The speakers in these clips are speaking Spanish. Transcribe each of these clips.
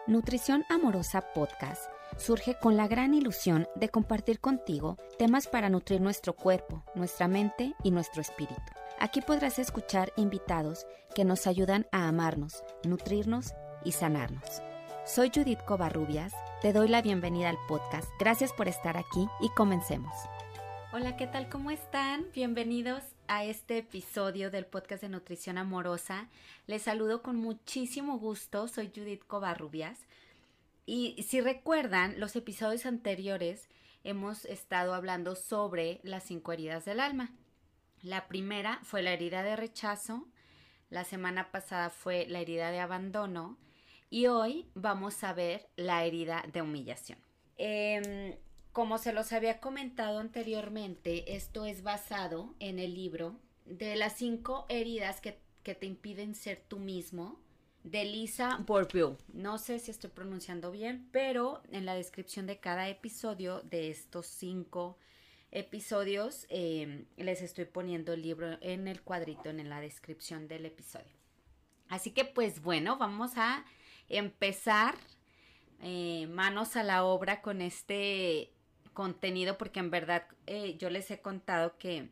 Nutrición Amorosa Podcast surge con la gran ilusión de compartir contigo temas para nutrir nuestro cuerpo, nuestra mente y nuestro espíritu. Aquí podrás escuchar invitados que nos ayudan a amarnos, nutrirnos y sanarnos. Soy Judith Covarrubias, te doy la bienvenida al podcast. Gracias por estar aquí y comencemos. Hola, ¿qué tal? ¿Cómo están? Bienvenidos a este episodio del podcast de Nutrición Amorosa. Les saludo con muchísimo gusto, soy Judith Covarrubias. Y si recuerdan, los episodios anteriores hemos estado hablando sobre las 5 heridas del alma. La primera fue la herida de rechazo, la semana pasada fue la herida de abandono y hoy vamos a ver la herida de humillación. Como se los había comentado anteriormente, esto es basado en el libro de las 5 heridas que te impiden ser tú mismo, de Lisa Bourbeau. No sé si estoy pronunciando bien, pero en la descripción de cada episodio de estos 5 episodios les estoy poniendo el libro en el cuadrito, en la descripción del episodio. Así que pues bueno, vamos a empezar manos a la obra con este contenido, porque en verdad yo les he contado que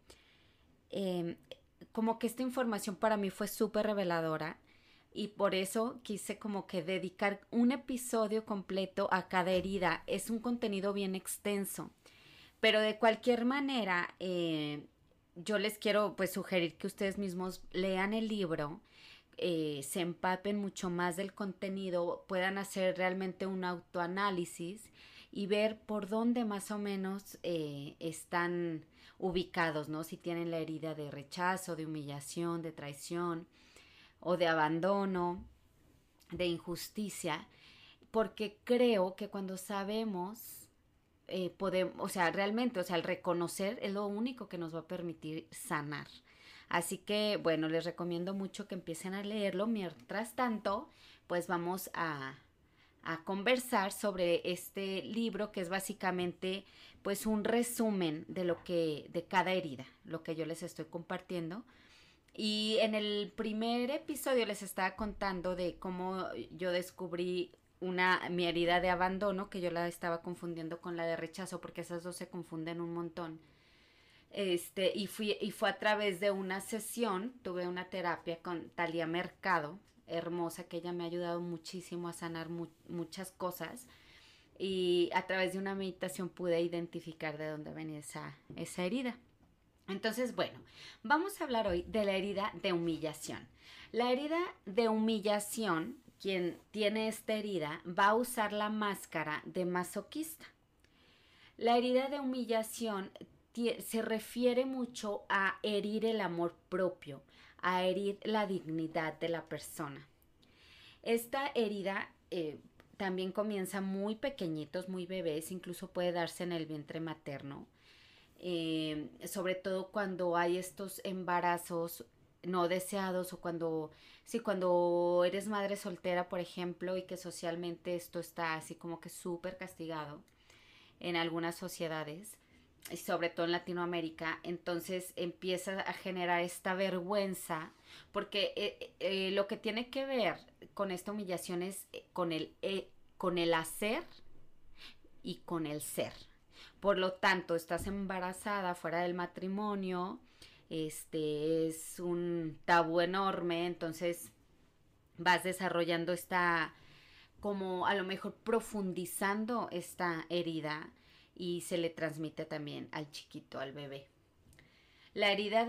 como que esta información para mí fue súper reveladora y por eso quise como que dedicar un episodio completo a cada herida. Es un contenido bien extenso, pero de cualquier manera yo les quiero pues sugerir que ustedes mismos lean el libro, se empapen mucho más del contenido, puedan hacer realmente un autoanálisis y ver por dónde más o menos están ubicados, ¿no? Si tienen la herida de rechazo, de humillación, de traición o de abandono, de injusticia, porque creo que cuando sabemos podemos, o sea, realmente, o sea, el reconocer es lo único que nos va a permitir sanar. Así que, bueno, les recomiendo mucho que empiecen a leerlo. Mientras tanto, pues vamos a conversar sobre este libro que es básicamente pues un resumen de de cada herida, lo que yo les estoy compartiendo. Y en el primer episodio les estaba contando de cómo yo descubrí mi herida de abandono, que yo la estaba confundiendo con la de rechazo, porque esas dos se confunden un montón. Y fue a través de una sesión, tuve una terapia con Talía Mercado, hermosa, que ella me ha ayudado muchísimo a sanar muchas cosas, y a través de una meditación pude identificar de dónde venía esa herida. Entonces, bueno, vamos a hablar hoy de la herida de humillación. La herida de humillación, quien tiene esta herida, va a usar la máscara de masoquista. La herida de humillación se refiere mucho a herir el amor propio, a herir la dignidad de la persona. Esta herida también comienza muy pequeñitos, muy bebés, incluso puede darse en el vientre materno, sobre todo cuando hay estos embarazos no deseados o cuando eres madre soltera, por ejemplo, y que socialmente esto está así como que súper castigado en algunas sociedades, y sobre todo en Latinoamérica, entonces empieza a generar esta vergüenza, porque lo que tiene que ver con esta humillación es con el hacer y con el ser. Por lo tanto, estás embarazada fuera del matrimonio, es un tabú enorme, entonces vas desarrollando como a lo mejor profundizando esta herida y se le transmite también al chiquito, al bebé. La herida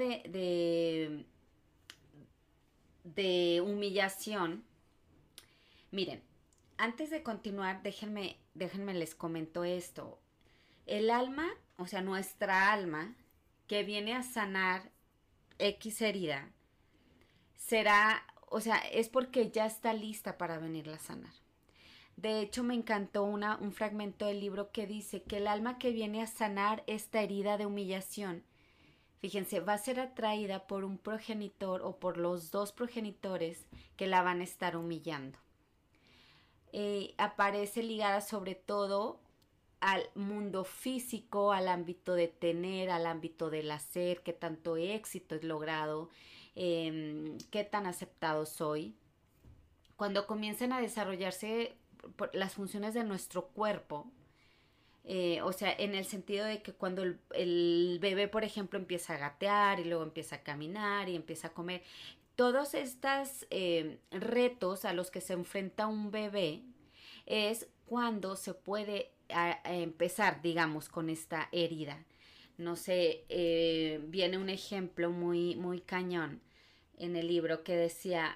de humillación, miren, antes de continuar, déjenme les comento esto. El alma, o sea, nuestra alma, que viene a sanar X herida, es porque ya está lista para venirla a sanar. De hecho, me encantó un fragmento del libro que dice que el alma que viene a sanar esta herida de humillación, fíjense, va a ser atraída por un progenitor o por los dos progenitores que la van a estar humillando. Aparece ligada sobre todo al mundo físico, al ámbito de tener, al ámbito del hacer, qué tanto éxito he logrado, qué tan aceptado soy. Cuando comienzan a desarrollarse las funciones de nuestro cuerpo. O sea, en el sentido de que cuando el bebé, por ejemplo, empieza a gatear y luego empieza a caminar y empieza a comer, todos estos retos a los que se enfrenta un bebé es cuando se puede a empezar, digamos, con esta herida. No sé, viene un ejemplo muy cañón en el libro que decía,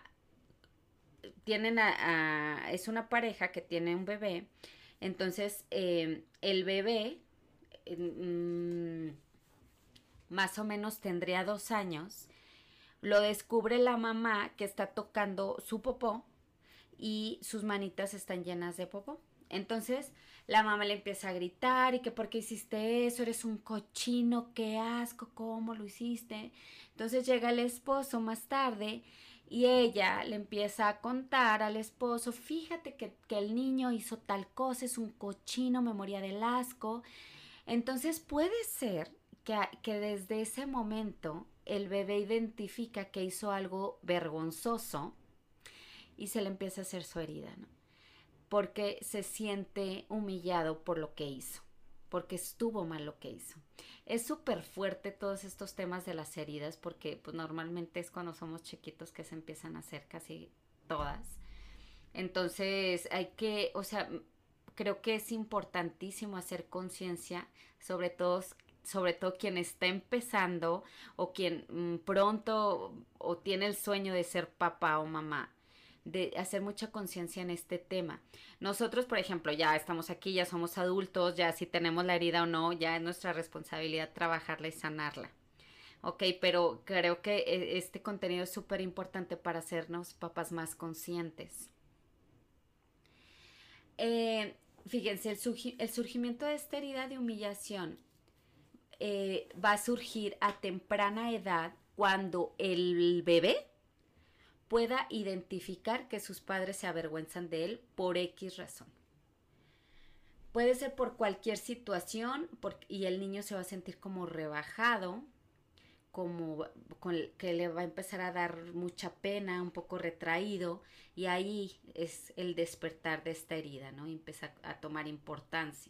es una pareja que tiene un bebé, entonces el bebé mm, más o menos tendría 2 años, lo descubre la mamá que está tocando su popó y sus manitas están llenas de popó. Entonces la mamá le empieza a gritar y que por qué hiciste eso, eres un cochino, qué asco, cómo lo hiciste. Entonces llega el esposo más tarde y ella le empieza a contar al esposo, fíjate que el niño hizo tal cosa, es un cochino, me moría del asco. Entonces puede ser que desde ese momento el bebé identifica que hizo algo vergonzoso y se le empieza a hacer su herida, ¿no? Porque se siente humillado por lo que hizo, porque estuvo mal lo que hizo. Es súper fuerte todos estos temas de las heridas, porque pues normalmente es cuando somos chiquitos que se empiezan a hacer casi todas. Entonces hay que, o sea, creo que es importantísimo hacer conciencia, sobre todo quien está empezando o quien pronto o tiene el sueño de ser papá o mamá, de hacer mucha conciencia en este tema. Nosotros, por ejemplo, ya estamos aquí, ya somos adultos, ya si tenemos la herida o no, ya es nuestra responsabilidad trabajarla y sanarla. Ok, pero creo que este contenido es súper importante para hacernos papás más conscientes. Eh, Fíjense, el surgimiento de esta herida de humillación va a surgir a temprana edad cuando el bebé pueda identificar que sus padres se avergüenzan de él por X razón. Puede ser por cualquier situación y el niño se va a sentir como rebajado, como que le va a empezar a dar mucha pena, un poco retraído, y ahí es el despertar de esta herida, ¿no? Y empieza a tomar importancia.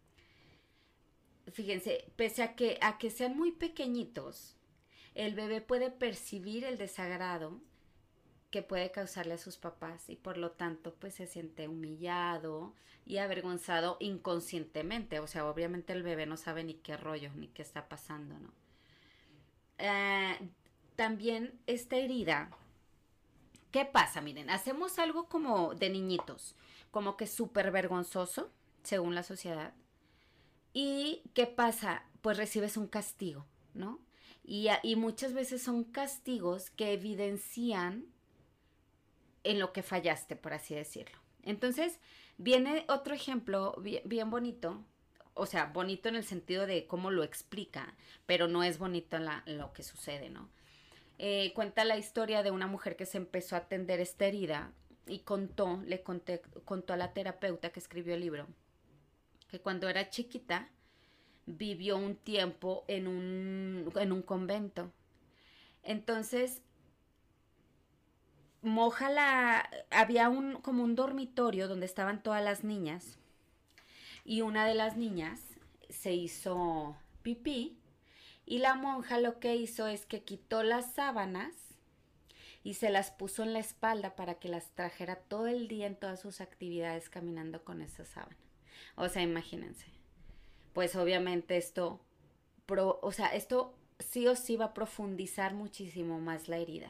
Fíjense, pese a que sean muy pequeñitos, el bebé puede percibir el desagrado que puede causarle a sus papás y por lo tanto pues se siente humillado y avergonzado inconscientemente. O sea, obviamente el bebé no sabe ni qué rollo, ni qué está pasando, ¿no? Eh, También esta herida, ¿qué pasa? Miren, hacemos algo como de niñitos, como que súper vergonzoso, según la sociedad. ¿Y qué pasa? Pues recibes un castigo, ¿no? Y muchas veces son castigos que evidencian en lo que fallaste, por así decirlo. Entonces, viene otro ejemplo bien bonito, o sea, bonito en el sentido de cómo lo explica, pero no es bonito en lo que sucede, ¿no? Cuenta la historia de una mujer que se empezó a atender esta herida y contó a la terapeuta que escribió el libro que cuando era chiquita vivió un tiempo en un convento. Entonces, había como un dormitorio donde estaban todas las niñas y una de las niñas se hizo pipí y la monja lo que hizo es que quitó las sábanas y se las puso en la espalda para que las trajera todo el día en todas sus actividades caminando con esa sábana. O sea, imagínense. Pues obviamente esto sí o sí va a profundizar muchísimo más la herida.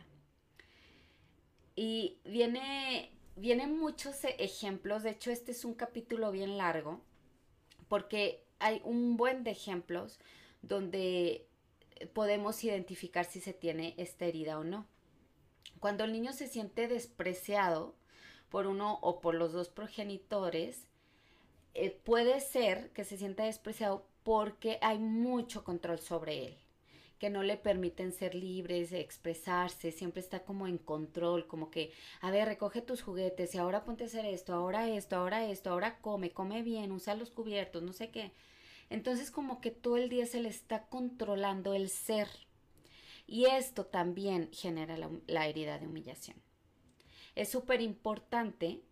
Y vienen muchos ejemplos, de hecho este es un capítulo bien largo, porque hay un buen de ejemplos donde podemos identificar si se tiene esta herida o no. Cuando el niño se siente despreciado por uno o por los dos progenitores, puede ser que se sienta despreciado porque hay mucho control sobre él, que no le permiten ser libres, de expresarse, siempre está como en control, como que, a ver, recoge tus juguetes y ahora ponte a hacer esto, ahora esto, ahora come bien, usa los cubiertos, no sé qué. Entonces como que todo el día se le está controlando el ser y esto también genera la herida de humillación. Es súper importante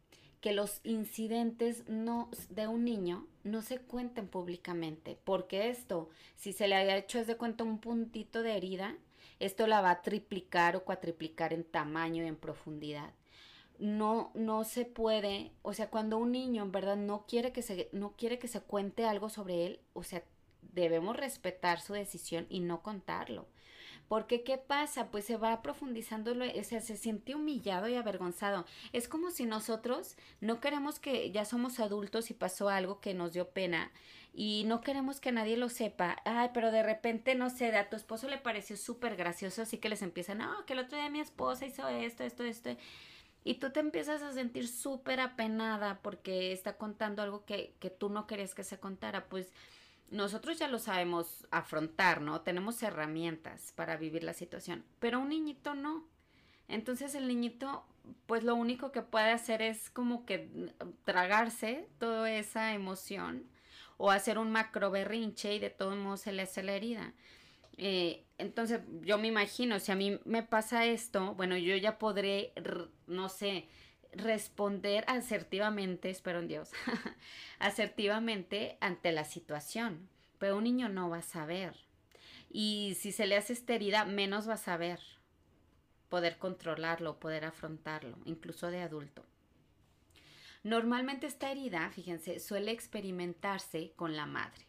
que los incidentes de un niño no se cuenten públicamente, porque esto, si se le haya hecho, es de cuenta un puntito de herida, esto la va a triplicar o cuatriplicar en tamaño y en profundidad. No se puede, o sea, cuando un niño en verdad no quiere que se cuente algo sobre él, o sea, debemos respetar su decisión y no contarlo. Porque ¿qué pasa? Pues se va profundizando, o sea, se siente humillado y avergonzado. Es como si nosotros no queremos que ya somos adultos y pasó algo que nos dio pena y no queremos que nadie lo sepa. Ay, pero de repente, no sé, a tu esposo le pareció súper gracioso, así que les empiezan, no, que el otro día mi esposa hizo esto. Y tú te empiezas a sentir súper apenada porque está contando algo que tú no querías que se contara. Pues nosotros ya lo sabemos afrontar, ¿no? Tenemos herramientas para vivir la situación, pero un niñito no. Entonces el niñito, pues lo único que puede hacer es como que tragarse toda esa emoción o hacer un macro berrinche y de todos modos se le hace la herida. Entonces yo me imagino, si a mí me pasa esto, bueno, yo ya podré, no sé, responder asertivamente, espero en Dios, asertivamente ante la situación. Pero un niño no va a saber. Y si se le hace esta herida, menos va a saber poder controlarlo, poder afrontarlo, incluso de adulto. Normalmente esta herida, fíjense, suele experimentarse con la madre.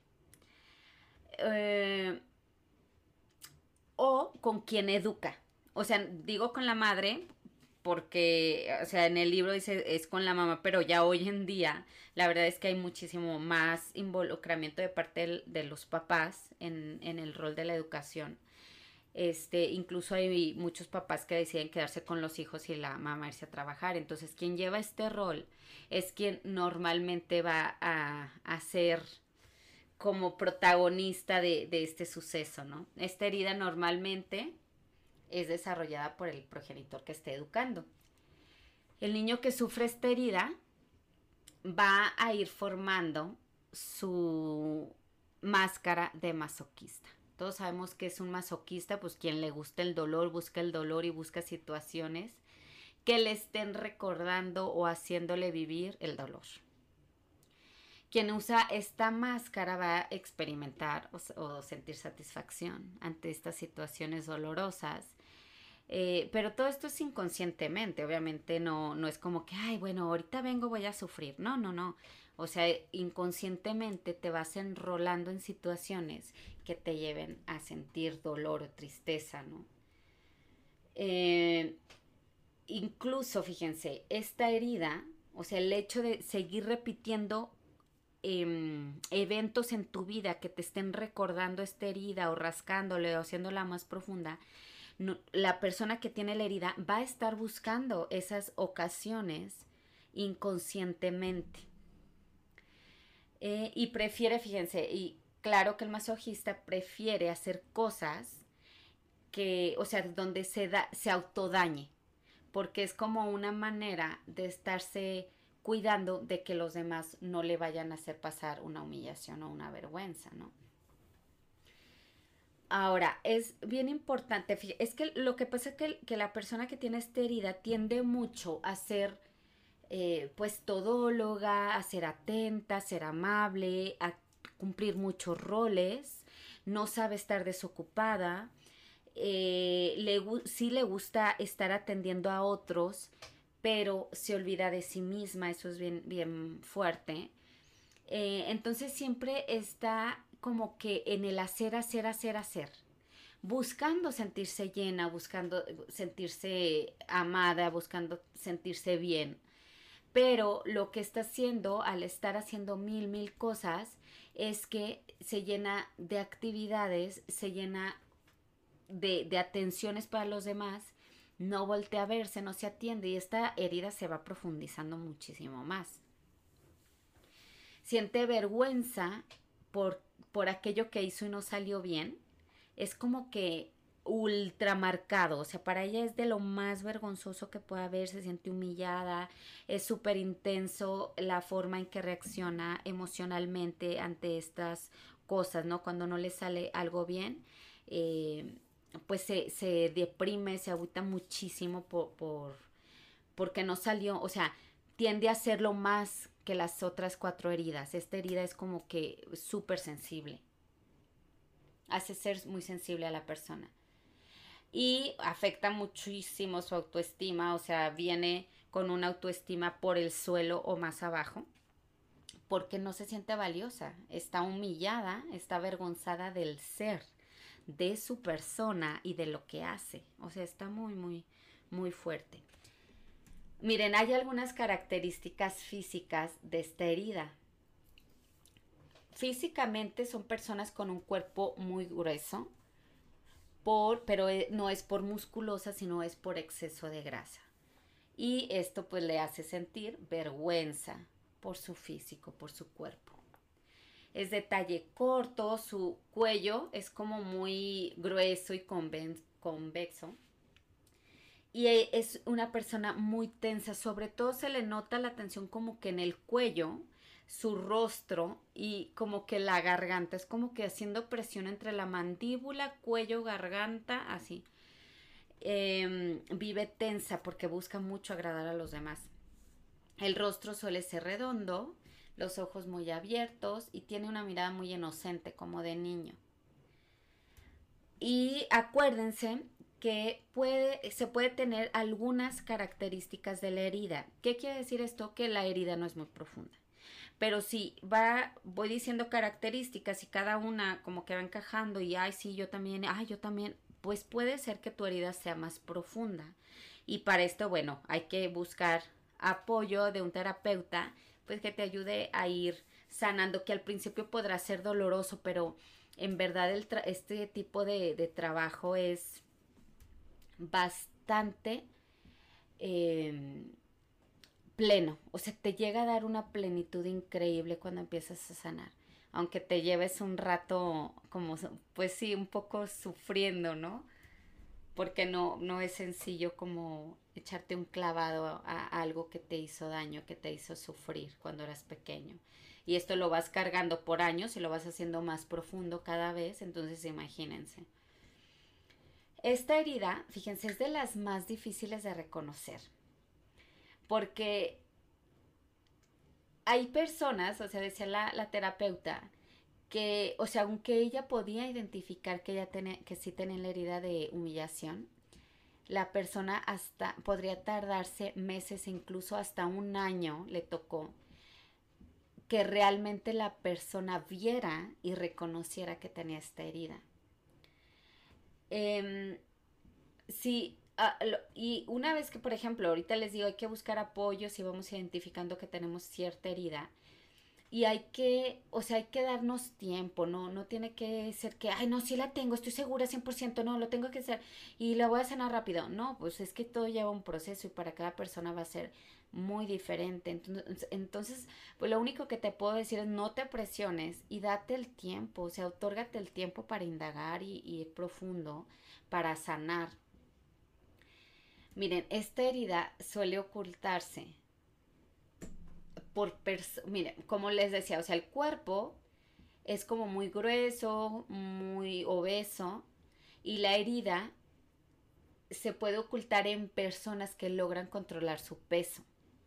Eh, o con quien educa. O sea, digo con la madre porque, o sea, en el libro dice es con la mamá, pero ya hoy en día la verdad es que hay muchísimo más involucramiento de parte de los papás en el rol de la educación. Incluso hay muchos papás que deciden quedarse con los hijos y la mamá irse a trabajar. Entonces, quien lleva este rol es quien normalmente va a ser como protagonista de este suceso, ¿no? Esta herida normalmente es desarrollada por el progenitor que esté educando. El niño que sufre esta herida va a ir formando su máscara de masoquista. Todos sabemos que es un masoquista, pues quien le gusta el dolor, busca el dolor y busca situaciones que le estén recordando o haciéndole vivir el dolor. Quien usa esta máscara va a experimentar o sentir satisfacción ante estas situaciones dolorosas. Pero todo esto es inconscientemente, obviamente no es como que, ay, bueno, ahorita vengo, voy a sufrir. No. O sea, inconscientemente te vas enrolando en situaciones que te lleven a sentir dolor o tristeza, ¿no? Eh, Incluso, fíjense, esta herida, o sea, el hecho de seguir repitiendo eventos en tu vida que te estén recordando esta herida o rascándole o haciéndola más profunda, no, la persona que tiene la herida va a estar buscando esas ocasiones inconscientemente. Y prefiere, fíjense, y claro que el masoquista prefiere hacer cosas que, o sea, donde se autodañe, porque es como una manera de estarse cuidando de que los demás no le vayan a hacer pasar una humillación o una vergüenza, ¿no? Ahora, es bien importante, es que lo que pasa es que la persona que tiene esta herida tiende mucho a ser, pues, todóloga, a ser atenta, a ser amable, a cumplir muchos roles, no sabe estar desocupada, sí le gusta estar atendiendo a otros, pero se olvida de sí misma, eso es bien fuerte. Entonces siempre está como que en el hacer, buscando sentirse llena, buscando sentirse amada, buscando sentirse bien. Pero lo que está haciendo al estar haciendo mil cosas es que se llena de actividades, se llena de atenciones para los demás, no voltea a verse, no se atiende y esta herida se va profundizando muchísimo más. Siente vergüenza por aquello que hizo y no salió bien. Es como que ultramarcado, o sea, para ella es de lo más vergonzoso que puede haber, se siente humillada, es súper intenso la forma en que reacciona emocionalmente ante estas cosas, ¿no? Cuando no le sale algo bien, pues se deprime, se agüita muchísimo porque no salió, o sea, tiende a hacerlo más que las otras 4 heridas. Esta herida es como que súper sensible. Hace ser muy sensible a la persona. Y afecta muchísimo su autoestima, o sea, viene con una autoestima por el suelo o más abajo, porque no se siente valiosa, está humillada, está avergonzada del ser, de su persona y de lo que hace. O sea, está muy, muy, muy fuerte. Miren, hay algunas características físicas de esta herida. Físicamente son personas con un cuerpo muy grueso, pero no es por musculosa, sino es por exceso de grasa. Y esto pues le hace sentir vergüenza por su físico, por su cuerpo. Es de talle corto, su cuello es como muy grueso y convexo. Y es una persona muy tensa, sobre todo se le nota la tensión como que en el cuello, su rostro y como que la garganta, es como que haciendo presión entre la mandíbula, cuello, garganta, así. Vive tensa porque busca mucho agradar a los demás. El rostro suele ser redondo, los ojos muy abiertos y tiene una mirada muy inocente como de niño. Y acuérdense que se puede tener algunas características de la herida. ¿Qué quiere decir esto? Que la herida no es muy profunda. Pero si voy diciendo características y cada una como que va encajando y ay, sí, yo también, pues puede ser que tu herida sea más profunda. Y para esto, bueno, hay que buscar apoyo de un terapeuta, pues que te ayude a ir sanando, que al principio podrá ser doloroso, pero en verdad este tipo de trabajo es bastante eh, pleno, o sea, te llega a dar una plenitud increíble cuando empiezas a sanar, aunque te lleves un rato como, pues sí, un poco sufriendo, ¿no? Porque no es sencillo como echarte un clavado a algo que te hizo daño, que te hizo sufrir cuando eras pequeño. Y esto lo vas cargando por años y lo vas haciendo más profundo cada vez, entonces imagínense. Esta herida, fíjense, es de las más difíciles de reconocer, porque hay personas, o sea, decía la terapeuta, que, o sea, aunque ella podía identificar que que sí tenía la herida de humillación, la persona hasta podría tardarse meses, incluso hasta un año le tocó que realmente la persona viera y reconociera que tenía esta herida. Sí, y una vez que, por ejemplo, ahorita les digo, hay que buscar apoyos y vamos identificando que tenemos cierta herida. Y hay que, o sea, hay que darnos tiempo, ¿no? No tiene que ser que, ay, no, sí la tengo, estoy segura 100%, no, lo tengo que hacer y la voy a sanar rápido. No, pues es que todo lleva un proceso y para cada persona va a ser muy diferente. Entonces, pues lo único que te puedo decir es no te presiones y date el tiempo, o sea, otórgate el tiempo para indagar y ir profundo, para sanar. Miren, esta herida suele ocultarse miren, como les decía, o sea, el cuerpo es como muy grueso, muy obeso y la herida se puede ocultar en personas que logran controlar su peso.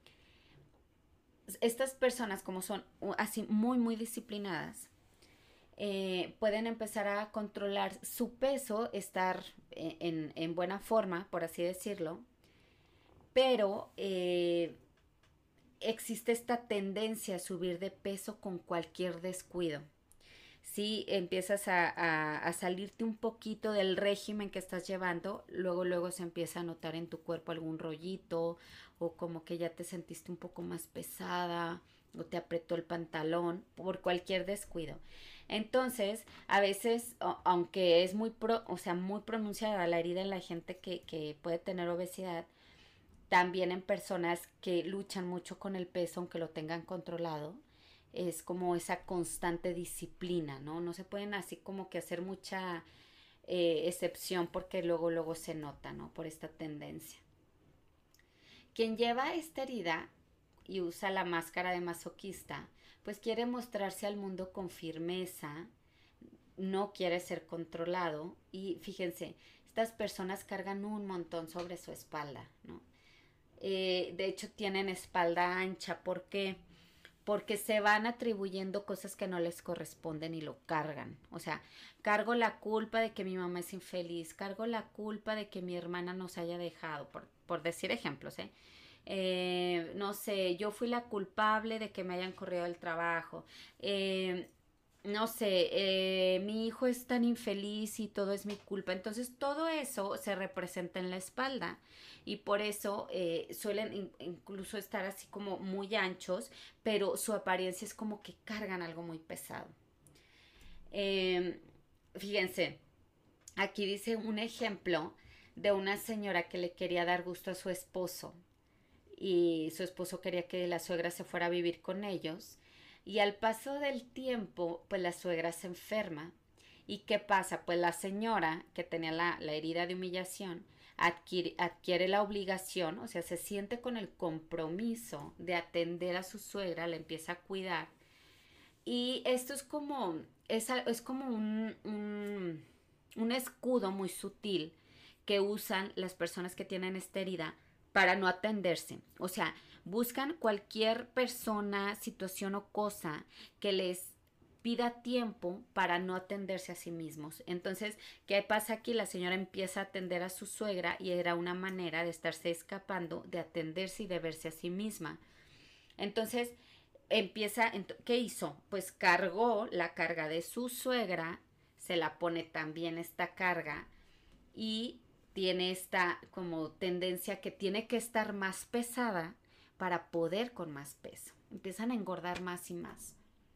Estas personas, como son así muy, muy disciplinadas, pueden empezar a controlar su peso, estar en buena forma, por así decirlo, pero existe esta tendencia a subir de peso con cualquier descuido. Si empiezas a salirte un poquito del régimen que estás llevando, luego se empieza a notar en tu cuerpo algún rollito o como que ya te sentiste un poco más pesada o te apretó el pantalón por cualquier descuido. Entonces, a veces, aunque es o sea, muy pronunciada la herida en la gente que puede tener obesidad, también en personas que luchan mucho con el peso, aunque lo tengan controlado, es como esa constante disciplina, ¿no? No se pueden así como que hacer mucha excepción porque luego se nota, ¿no? Por esta tendencia. Quien lleva esta herida y usa la máscara de masoquista, pues quiere mostrarse al mundo con firmeza, no quiere ser controlado y fíjense, estas personas cargan un montón sobre su espalda, ¿no? De hecho tienen espalda ancha. ¿Por qué? Porque se van atribuyendo cosas que no les corresponden y lo cargan. O sea, cargo la culpa de que mi mamá es infeliz, cargo la culpa de que mi hermana nos haya dejado, por decir ejemplos, ¿eh? No sé, yo fui la culpable de que me hayan corrido del trabajo. Eh, no sé, mi hijo es tan infeliz y todo es mi culpa. Entonces todo eso se representa en la espalda y por eso suelen incluso estar así como muy anchos, pero su apariencia es como que cargan algo muy pesado. Eh, Fíjense, aquí dice un ejemplo de una señora que le quería dar gusto a su esposo y su esposo quería que la suegra se fuera a vivir con ellos y al paso del tiempo pues la suegra se enferma y ¿qué pasa? Pues la señora que tenía la herida de humillación adquiere la obligación, o sea, se siente con el compromiso de atender a su suegra, la empieza a cuidar y esto es como un escudo muy sutil que usan las personas que tienen esta herida para no atenderse. O sea, buscan cualquier persona, situación o cosa que les pida tiempo para no atenderse a sí mismos. Entonces, ¿qué pasa aquí? La señora empieza a atender a su suegra y era una manera de estarse escapando, de atenderse y de verse a sí misma. Entonces, ¿qué hizo? Pues cargó la carga de su suegra, se la pone también esta carga y tiene esta como tendencia que tiene que estar más pesada para poder con más peso. Empiezan a engordar más y más.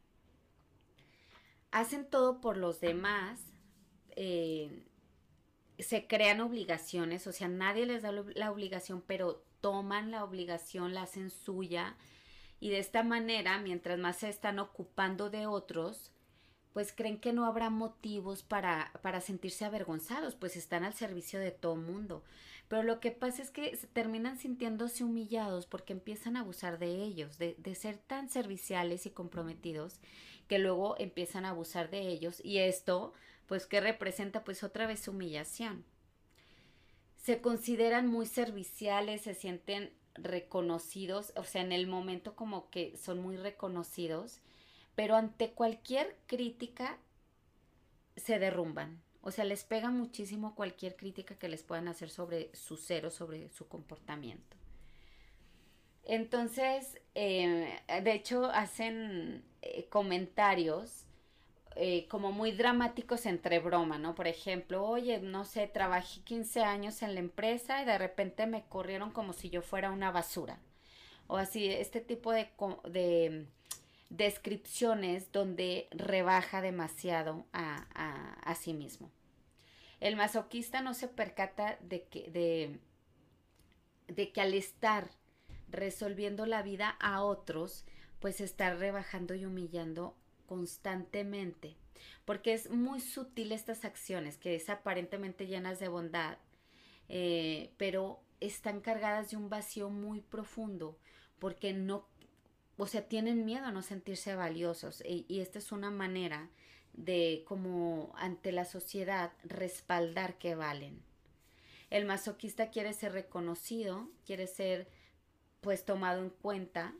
Hacen todo por los demás, eh, se crean obligaciones, o sea, nadie les da la obligación, pero toman la obligación, la hacen suya y de esta manera, mientras más se están ocupando de otros, pues creen que no habrá motivos para sentirse avergonzados, pues están al servicio de todo mundo. Pero lo que pasa es que terminan sintiéndose humillados porque empiezan a abusar de ellos, de ser tan serviciales y comprometidos, que luego empiezan a abusar de ellos y esto, pues, ¿qué representa? Pues otra vez humillación. Se consideran muy serviciales, se sienten reconocidos, o sea, en el momento como que son muy reconocidos, pero ante cualquier crítica se derrumban. O sea, les pega muchísimo cualquier crítica que les puedan hacer sobre su ser o sobre su comportamiento. Entonces, de hecho, hacen comentarios como muy dramáticos entre broma, ¿no? Por ejemplo, oye, no sé, trabajé 15 años en la empresa y de repente me corrieron como si yo fuera una basura. O así, este tipo de descripciones donde rebaja demasiado a sí mismo. El masoquista no se percata de que al estar resolviendo la vida a otros, pues está rebajando y humillando constantemente. Porque es muy sutil estas acciones que es aparentemente llenas de bondad, pero están cargadas de un vacío muy profundo porque no, o sea, tienen miedo a no sentirse valiosos y esta es una manera de como ante la sociedad respaldar que valen. El masoquista quiere ser reconocido, quiere ser pues tomado en cuenta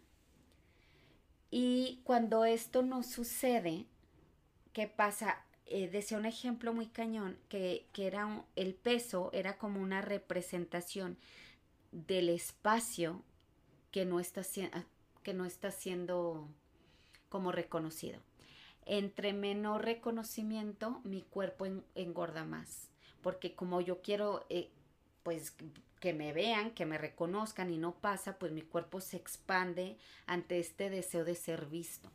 y cuando esto no sucede, ¿qué pasa? Decía un ejemplo muy cañón que era el peso era como una representación del espacio que no está, que no está siendo como reconocido. Entre menor reconocimiento, mi cuerpo engorda más. Porque como yo quiero, pues, que me vean, que me reconozcan y no pasa, pues mi cuerpo se expande ante este deseo de ser visto.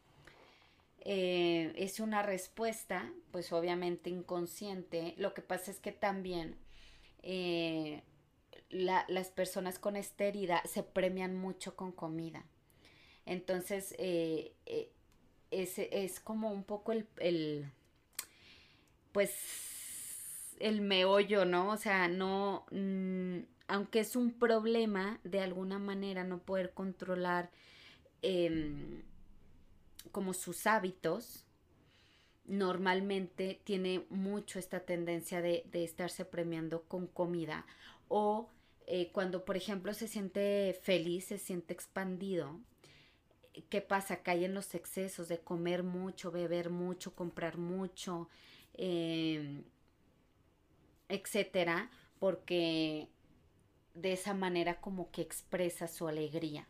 Es una respuesta, pues obviamente inconsciente. Lo que pasa es que también eh, las personas con esta herida se premian mucho con comida. Entonces, es como un poco pues, el meollo, ¿no? O sea, no, aunque es un problema, de alguna manera no poder controlar eh, como sus hábitos, normalmente tiene mucho esta tendencia de estarse premiando con comida o cuando, por ejemplo, se siente feliz, se siente expandido, ¿qué pasa? Cae en los excesos de comer mucho, beber mucho, comprar mucho, eh, etcétera, porque de esa manera como que expresa su alegría.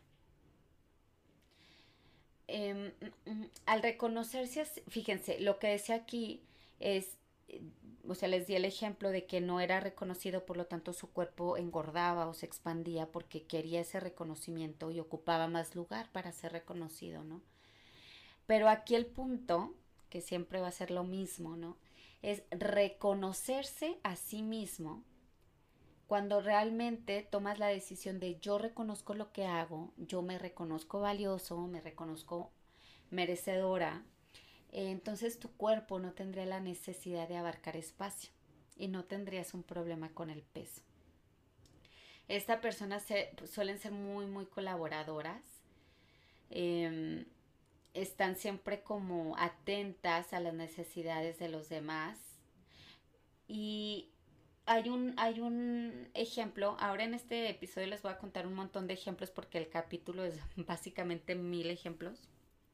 Al reconocerse, fíjense, lo que decía aquí es, o sea, les di el ejemplo de que no era reconocido, por lo tanto su cuerpo engordaba o se expandía porque quería ese reconocimiento y ocupaba más lugar para ser reconocido, ¿no? Pero aquí el punto, que siempre va a ser lo mismo, ¿no? Es reconocerse a sí mismo cuando realmente tomas la decisión de yo reconozco lo que hago, yo me reconozco valioso, me reconozco merecedora, entonces tu cuerpo no tendría la necesidad de abarcar espacio y no tendrías un problema con el peso. Estas personas suelen ser muy, muy colaboradoras, eh, están siempre como atentas a las necesidades de los demás y hay un ejemplo, ahora en este episodio les voy a contar un montón de ejemplos porque el capítulo es básicamente 1000 ejemplos.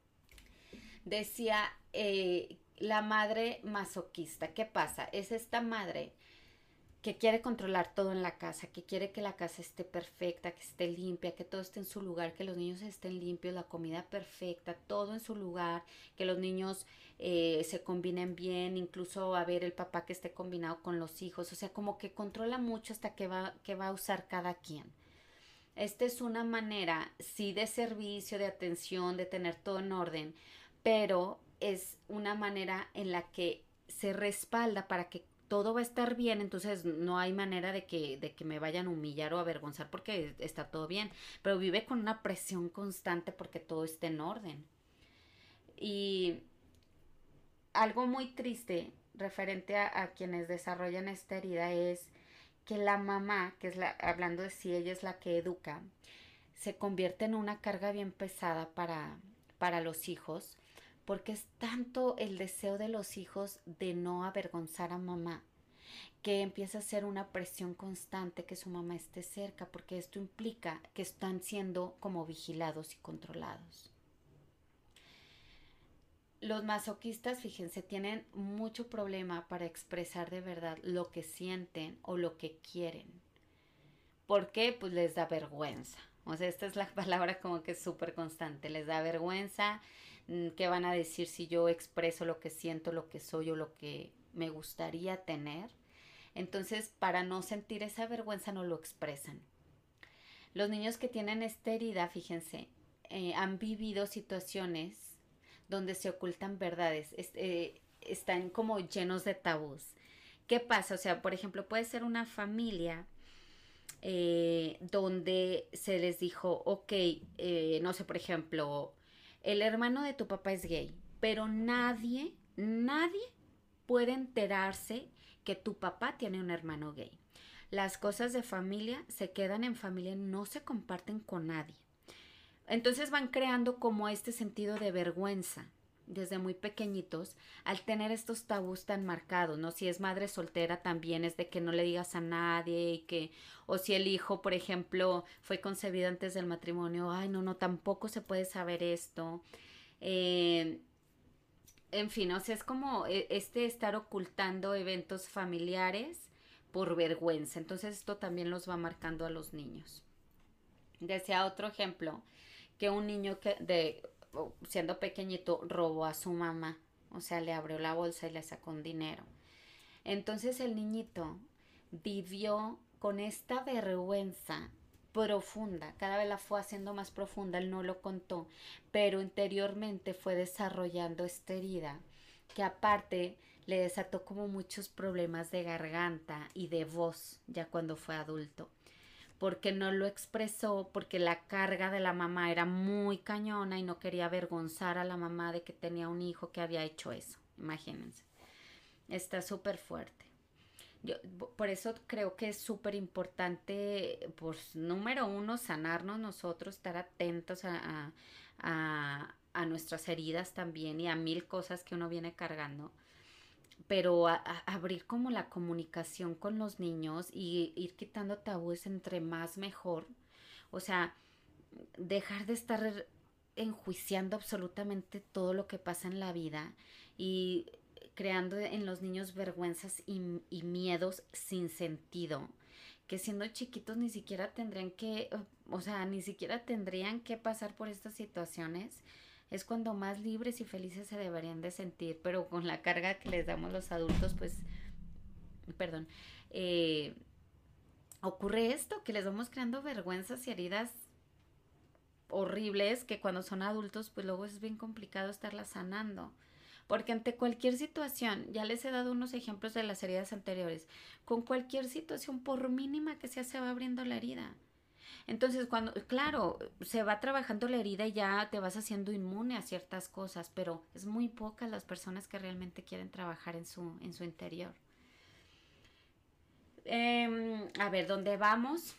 Decía la madre masoquista. ¿Qué pasa? Es esta madre que quiere controlar todo en la casa, que quiere que la casa esté perfecta, que esté limpia, que todo esté en su lugar, que los niños estén limpios, la comida perfecta, todo en su lugar, que los niños se combinen bien, incluso a ver el papá que esté combinado con los hijos, o sea, como que controla mucho hasta que va a usar cada quien. Esta es una manera, sí, de servicio, de atención, de tener todo en orden, pero es una manera en la que se respalda para que todo va a estar bien, entonces no hay manera de que me vayan a humillar o avergonzar porque está todo bien, pero vive con una presión constante porque todo está en orden. Y algo muy triste referente a quienes desarrollan esta herida es que la mamá, que es hablando de si ella es la que educa, se convierte en una carga bien pesada para los hijos, porque es tanto el deseo de los hijos de no avergonzar a mamá, que empieza a ser una presión constante que su mamá esté cerca, porque esto implica que están siendo como vigilados y controlados. Los masoquistas, fíjense, tienen mucho problema para expresar de verdad lo que sienten o lo que quieren. ¿Por qué? Pues les da vergüenza. O sea, esta es la palabra como que es súper constante. Les da vergüenza. ¿Qué van a decir si yo expreso lo que siento, lo que soy o lo que me gustaría tener? Entonces, para no sentir esa vergüenza, no lo expresan. Los niños que tienen esta herida, fíjense, han vivido situaciones donde se ocultan verdades, están como llenos de tabús. ¿Qué pasa? O sea, por ejemplo, puede ser una familia donde se les dijo, ok, no sé, por ejemplo, el hermano de tu papá es gay, pero nadie puede enterarse que tu papá tiene un hermano gay. Las cosas de familia se quedan en familia, no se comparten con nadie. Entonces van creando como este sentido de vergüenza desde muy pequeñitos al tener estos tabús tan marcados, ¿no? Si es madre soltera también es de que no le digas a nadie y que, o si el hijo, por ejemplo, fue concebido antes del matrimonio, ay, no, no, tampoco se puede saber esto. Eh, en fin, o sea, es como este estar ocultando eventos familiares por vergüenza. Entonces esto también los va marcando a los niños. Decía otro ejemplo, que un niño siendo pequeñito robó a su mamá, o sea, le abrió la bolsa y le sacó un dinero. Entonces el niñito vivió con esta vergüenza profunda, cada vez la fue haciendo más profunda, él no lo contó, pero interiormente fue desarrollando esta herida que aparte le desató como muchos problemas de garganta y de voz ya cuando fue adulto porque no lo expresó, porque la carga de la mamá era muy cañona y no quería avergonzar a la mamá de que tenía un hijo que había hecho eso. Imagínense. Está súper fuerte. Yo, por eso creo que es súper importante, pues, número uno, sanarnos nosotros, estar atentos a nuestras heridas también y a 1000 cosas que uno viene cargando. pero abrir como la comunicación con los niños y ir quitando tabúes entre más mejor. O sea, dejar de estar enjuiciando absolutamente todo lo que pasa en la vida y creando en los niños vergüenzas y miedos sin sentido, que siendo chiquitos ni siquiera tendrían que, o sea, ni siquiera tendrían que pasar por estas situaciones. Es cuando más libres y felices se deberían de sentir, pero con la carga que les damos los adultos, pues, perdón, eh, ocurre esto, que les vamos creando vergüenzas y heridas horribles que cuando son adultos, pues luego es bien complicado estarlas sanando. Porque ante cualquier situación, ya les he dado unos ejemplos de las heridas anteriores, con cualquier situación, por mínima que sea, se va abriendo la herida. Entonces, cuando, claro, se va trabajando la herida y ya te vas haciendo inmune a ciertas cosas, pero es muy pocas las personas que realmente quieren trabajar en su interior. A ver, ¿dónde vamos?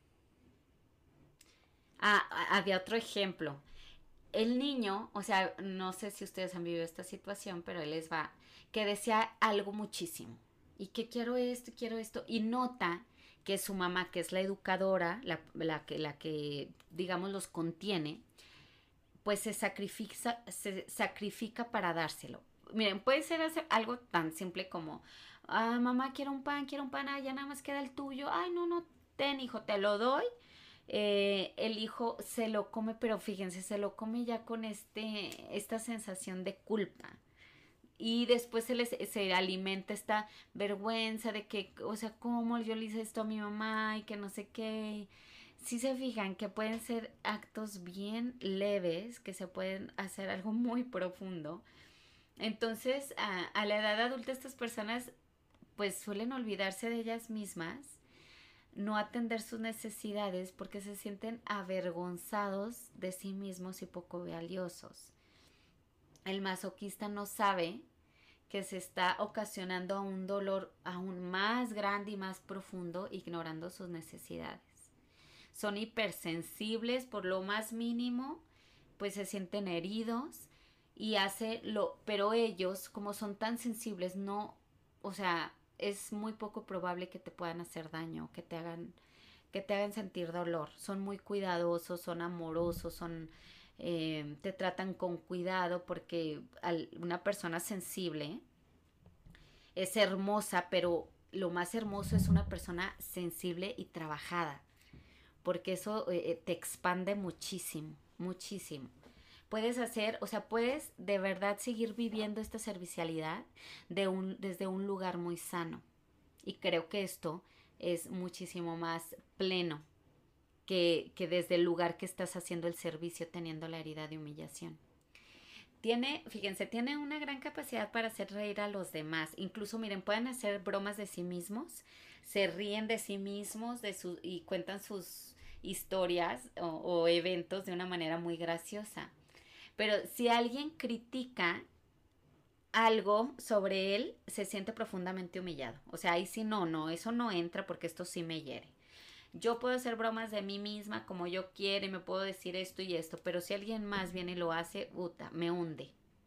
Había otro ejemplo. El niño, o sea, no sé si ustedes han vivido esta situación, pero él les va, que desea algo muchísimo y que quiero esto, y nota que su mamá, que es la educadora, la que, digamos, los contiene, pues se sacrifica para dárselo. Miren, puede ser algo tan simple como, mamá, quiero un pan, ya nada más queda el tuyo, ay, no, no, ten, hijo, te lo doy. El hijo se lo come, pero fíjense, se lo come ya con esta sensación de culpa. Y después se alimenta esta vergüenza de que, o sea, ¿cómo yo le hice esto a mi mamá y que no sé qué? Si se fijan que pueden ser actos bien leves, que se pueden hacer algo muy profundo. Entonces, a la edad adulta estas personas pues suelen olvidarse de ellas mismas, no atender sus necesidades porque se sienten avergonzados de sí mismos y poco valiosos. El masoquista no sabe que se está ocasionando un dolor aún más grande y más profundo ignorando sus necesidades. Son hipersensibles por lo más mínimo, pues se sienten heridos y pero ellos como son tan sensibles no, o sea, es muy poco probable que te puedan hacer daño, que te hagan sentir dolor. Son muy cuidadosos, son amorosos, te tratan con cuidado porque una persona sensible es hermosa, pero lo más hermoso es una persona sensible y trabajada, porque eso te expande muchísimo, muchísimo. Puedes hacer, o sea, puedes de verdad seguir viviendo esta servicialidad desde un lugar muy sano. Y creo que esto es muchísimo más pleno que desde el lugar que estás haciendo el servicio teniendo la herida de humillación. Fíjense, tiene una gran capacidad para hacer reír a los demás. Incluso, miren, pueden hacer bromas de sí mismos, se ríen de sí mismos y cuentan sus historias o eventos de una manera muy graciosa. Pero si alguien critica algo sobre él, se siente profundamente humillado. O sea, ahí sí no, eso no entra porque esto sí me hiere. Yo puedo hacer bromas de mí misma como yo quiera y me puedo decir esto y esto, pero si alguien más viene y lo hace, puta, me hunde.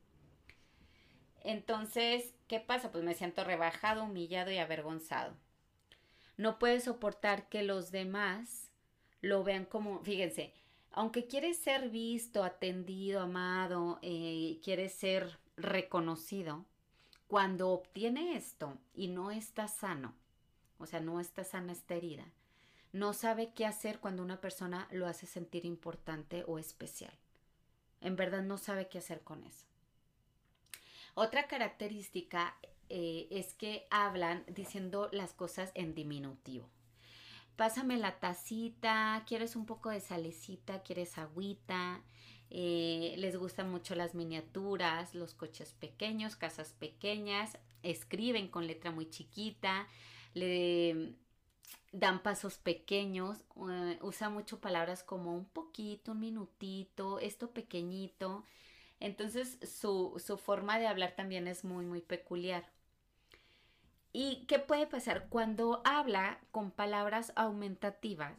Entonces, ¿qué pasa? Pues me siento rebajado, humillado y avergonzado. No puede soportar que los demás lo vean como, fíjense, aunque quiere ser visto, atendido, amado, quiere ser reconocido, cuando obtiene esto y no está sano, o sea, no está sana esta herida, no sabe qué hacer cuando una persona lo hace sentir importante o especial. En verdad no sabe qué hacer con eso. Otra característica es que hablan diciendo las cosas en diminutivo. Pásame la tacita, quieres un poco de salecita, quieres agüita, les gustan mucho las miniaturas, los coches pequeños, casas pequeñas, escriben con letra muy chiquita, le dan pasos pequeños, usa mucho palabras como un poquito, un minutito, esto pequeñito. Entonces su forma de hablar también es muy, muy peculiar. ¿Y qué puede pasar? Cuando habla con palabras aumentativas,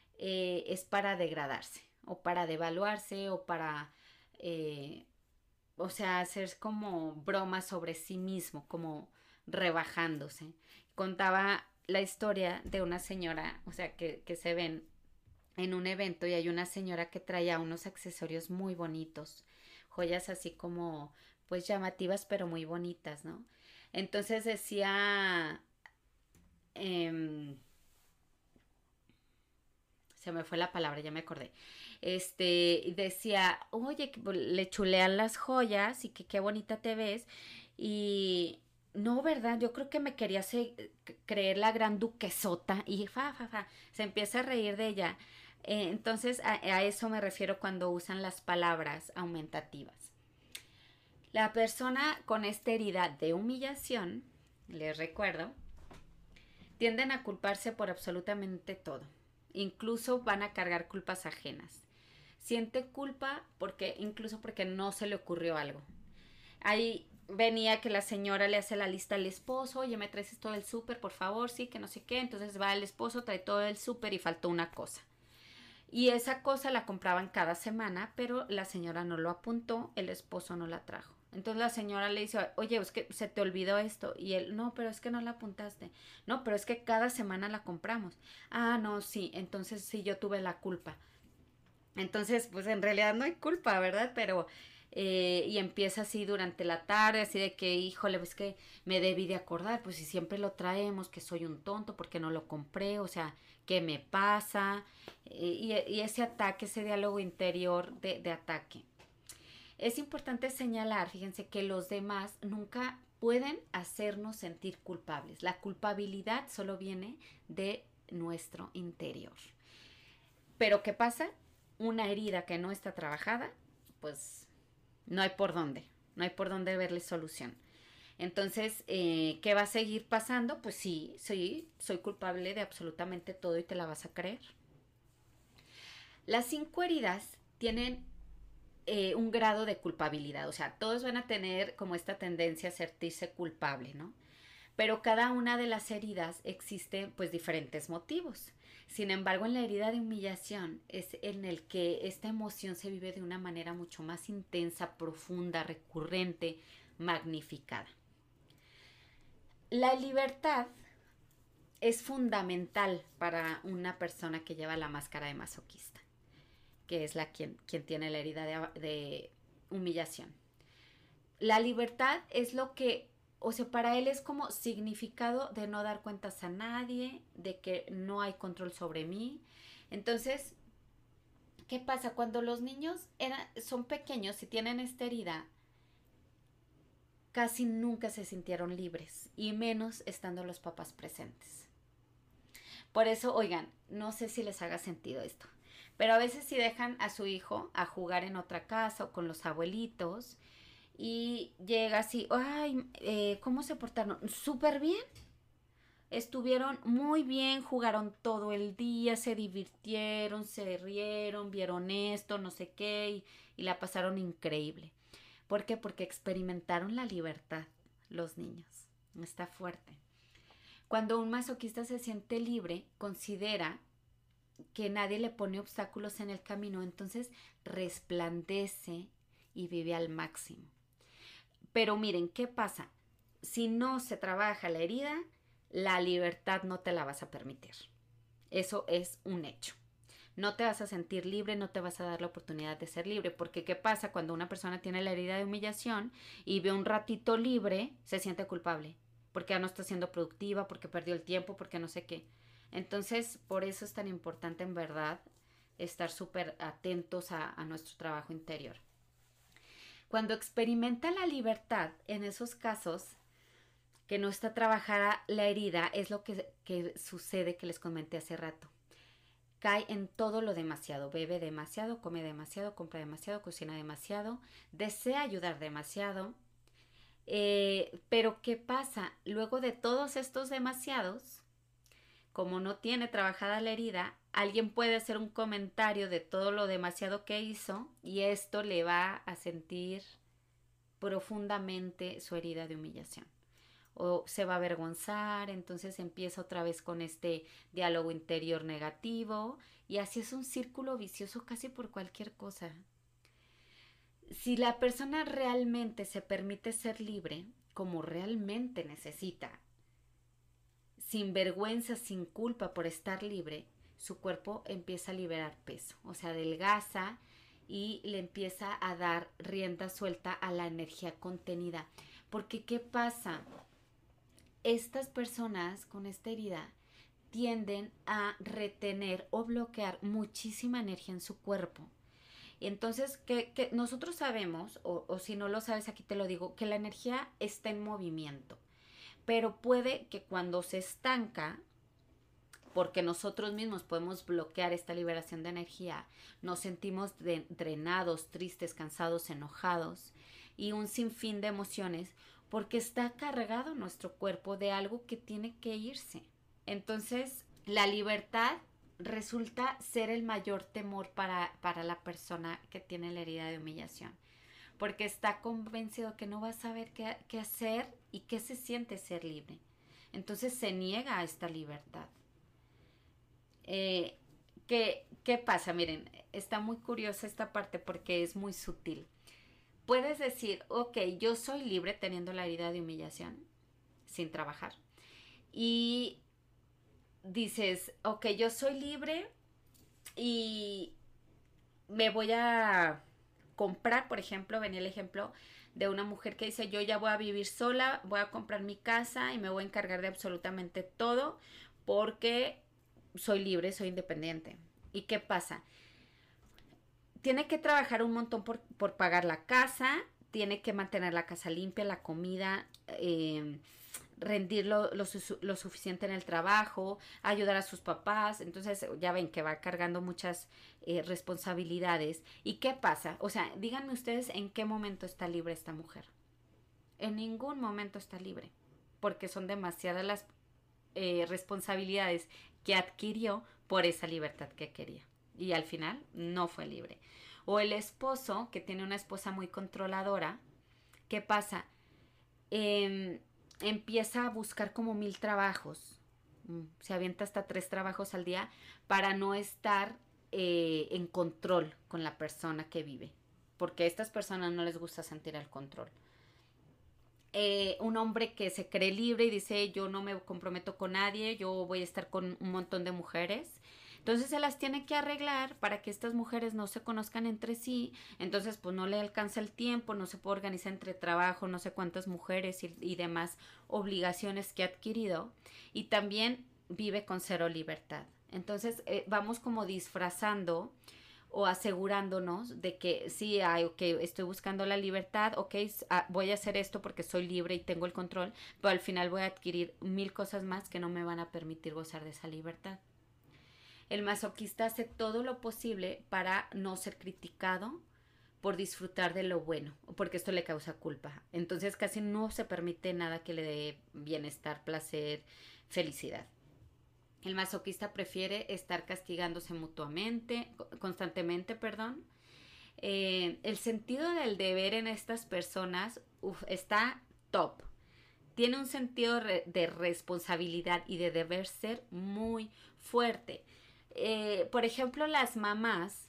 es para degradarse, o para devaluarse, o para, eh, o sea, hacer como bromas sobre sí mismo, como rebajándose. Contaba la historia de una señora, o sea, que se ven en un evento y hay una señora que traía unos accesorios muy bonitos, joyas así como pues llamativas pero muy bonitas, ¿no? Entonces decía, eh, se me fue la palabra, ya me acordé. Decía, oye, le chulean las joyas y que qué bonita te ves. Y no, ¿verdad? Yo creo que me quería creer la gran duquesota y se empieza a reír de ella. Entonces, a eso me refiero cuando usan las palabras aumentativas. La persona con esta herida de humillación, les recuerdo, tienden a culparse por absolutamente todo. Incluso van a cargar culpas ajenas. Siente culpa porque incluso porque no se le ocurrió algo. Ahí venía que la señora le hace la lista al esposo, oye, me traes todo el súper, por favor, sí, que no sé qué. Entonces va el esposo, trae todo el súper y faltó una cosa. Y esa cosa la compraban cada semana, pero la señora no lo apuntó, el esposo no la trajo. Entonces la señora le dice, oye, es que se te olvidó esto. Y él, no, pero es que no la apuntaste. No, pero es que cada semana la compramos. Ah, no, sí, entonces sí, yo tuve la culpa. Entonces, pues en realidad no hay culpa, ¿verdad? Pero, y empieza así durante la tarde, así de que, híjole, pues que me debí de acordar, pues si siempre lo traemos, que soy un tonto porque no lo compré, o sea, ¿qué me pasa? Y ese ataque, ese diálogo interior de ataque. Es importante señalar, fíjense, que los demás nunca pueden hacernos sentir culpables. La culpabilidad solo viene de nuestro interior. Pero ¿qué pasa? Una herida que no está trabajada, pues no hay por dónde, no hay por dónde verle solución. Entonces, ¿qué va a seguir pasando? Pues sí, soy culpable de absolutamente todo y te la vas a creer. Las 5 heridas tienen un grado de culpabilidad, o sea, todos van a tener como esta tendencia a sentirse culpable, ¿no? Pero cada una de las heridas existen pues diferentes motivos. Sin embargo, en la herida de humillación es en el que esta emoción se vive de una manera mucho más intensa, profunda, recurrente, magnificada. La libertad es fundamental para una persona que lleva la máscara de masoquista, que es quien tiene la herida de humillación. La libertad es lo que, o sea, para él es como significado de no dar cuentas a nadie, de que no hay control sobre mí. Entonces, ¿qué pasa? Cuando los niños son pequeños y tienen esta herida, casi nunca se sintieron libres, y menos estando los papás presentes. Por eso, oigan, no sé si les haga sentido esto, pero a veces si dejan a su hijo a jugar en otra casa o con los abuelitos, y llega así, ay, ¿cómo se portaron? Súper bien. Estuvieron muy bien, jugaron todo el día, se divirtieron, se rieron, vieron esto, no sé qué, y la pasaron increíble. ¿Por qué? Porque experimentaron la libertad los niños. Está fuerte. Cuando un masoquista se siente libre, considera que nadie le pone obstáculos en el camino, entonces resplandece y vive al máximo. Pero miren, ¿qué pasa? Si no se trabaja la herida, la libertad no te la vas a permitir. Eso es un hecho. No te vas a sentir libre, no te vas a dar la oportunidad de ser libre, porque ¿qué pasa cuando una persona tiene la herida de humillación y ve un ratito libre, se siente culpable, porque ya no está siendo productiva, porque perdió el tiempo, porque no sé qué. Entonces, por eso es tan importante en verdad estar súper atentos a nuestro trabajo interior. Cuando experimenta la libertad, en esos casos que no está trabajada la herida, es lo que sucede que les comenté hace rato. Cae en todo lo demasiado, bebe demasiado, come demasiado, compra demasiado, cocina demasiado, desea ayudar demasiado. Pero ¿qué pasa? Luego de todos estos demasiados, como no tiene trabajada la herida, alguien puede hacer un comentario de todo lo demasiado que hizo y esto le va a sentir profundamente su herida de humillación. O se va a avergonzar, entonces empieza otra vez con este diálogo interior negativo y así es un círculo vicioso casi por cualquier cosa. Si la persona realmente se permite ser libre, como realmente necesita, sin vergüenza, sin culpa por estar libre, su cuerpo empieza a liberar peso, o sea, adelgaza y le empieza a dar rienda suelta a la energía contenida. Porque ¿qué pasa? Estas personas con esta herida tienden a retener o bloquear muchísima energía en su cuerpo. Y entonces, que nosotros sabemos, o si no lo sabes, aquí te lo digo, que la energía está en movimiento. Pero puede que cuando se estanca, porque nosotros mismos podemos bloquear esta liberación de energía, nos sentimos drenados, tristes, cansados, enojados y un sinfín de emociones porque está cargado nuestro cuerpo de algo que tiene que irse. Entonces, la libertad resulta ser el mayor temor para la persona que tiene la herida de humillación, porque está convencido que no va a saber qué hacer y qué se siente ser libre. Entonces se niega a esta libertad. Eh, ¿Qué pasa? Miren, está muy curiosa esta parte porque es muy sutil. Puedes decir, ok, yo soy libre teniendo la herida de humillación sin trabajar. Y dices, ok, yo soy libre y me voy a comprar, por ejemplo, venía el ejemplo de una mujer que dice, yo ya voy a vivir sola, voy a comprar mi casa y me voy a encargar de absolutamente todo porque soy libre, soy independiente. ¿Y qué pasa? Tiene que trabajar un montón por pagar la casa, tiene que mantener la casa limpia, la comida, rendir lo suficiente en el trabajo, ayudar a sus papás. Entonces ya ven que va cargando muchas responsabilidades. ¿Y qué pasa? O sea, díganme ustedes en qué momento está libre esta mujer. En ningún momento está libre, porque son demasiadas las responsabilidades que adquirió por esa libertad que quería. Y al final no fue libre. O el esposo, que tiene una esposa muy controladora, ¿qué pasa? Empieza a buscar como 1000 trabajos. Se avienta hasta 3 trabajos al día para no estar en control con la persona que vive. Porque a estas personas no les gusta sentir el control. Un hombre que se cree libre y dice yo no me comprometo con nadie, yo voy a estar con un montón de mujeres. Entonces se las tiene que arreglar para que estas mujeres no se conozcan entre sí. Entonces pues no le alcanza el tiempo, no se puede organizar entre trabajo, no sé cuántas mujeres y demás obligaciones que ha adquirido. Y también vive con cero libertad. Entonces vamos como disfrazando o asegurándonos de que sí, ok, estoy buscando la libertad, ok, voy a hacer esto porque soy libre y tengo el control, pero al final voy a adquirir 1000 cosas más que no me van a permitir gozar de esa libertad. El masoquista hace todo lo posible para no ser criticado por disfrutar de lo bueno, porque esto le causa culpa. Entonces casi no se permite nada que le dé bienestar, placer, felicidad. El masoquista prefiere estar castigándose constantemente, perdón. El sentido del deber en estas personas está top. Tiene un sentido de responsabilidad y de deber ser muy fuerte. Por ejemplo, las mamás,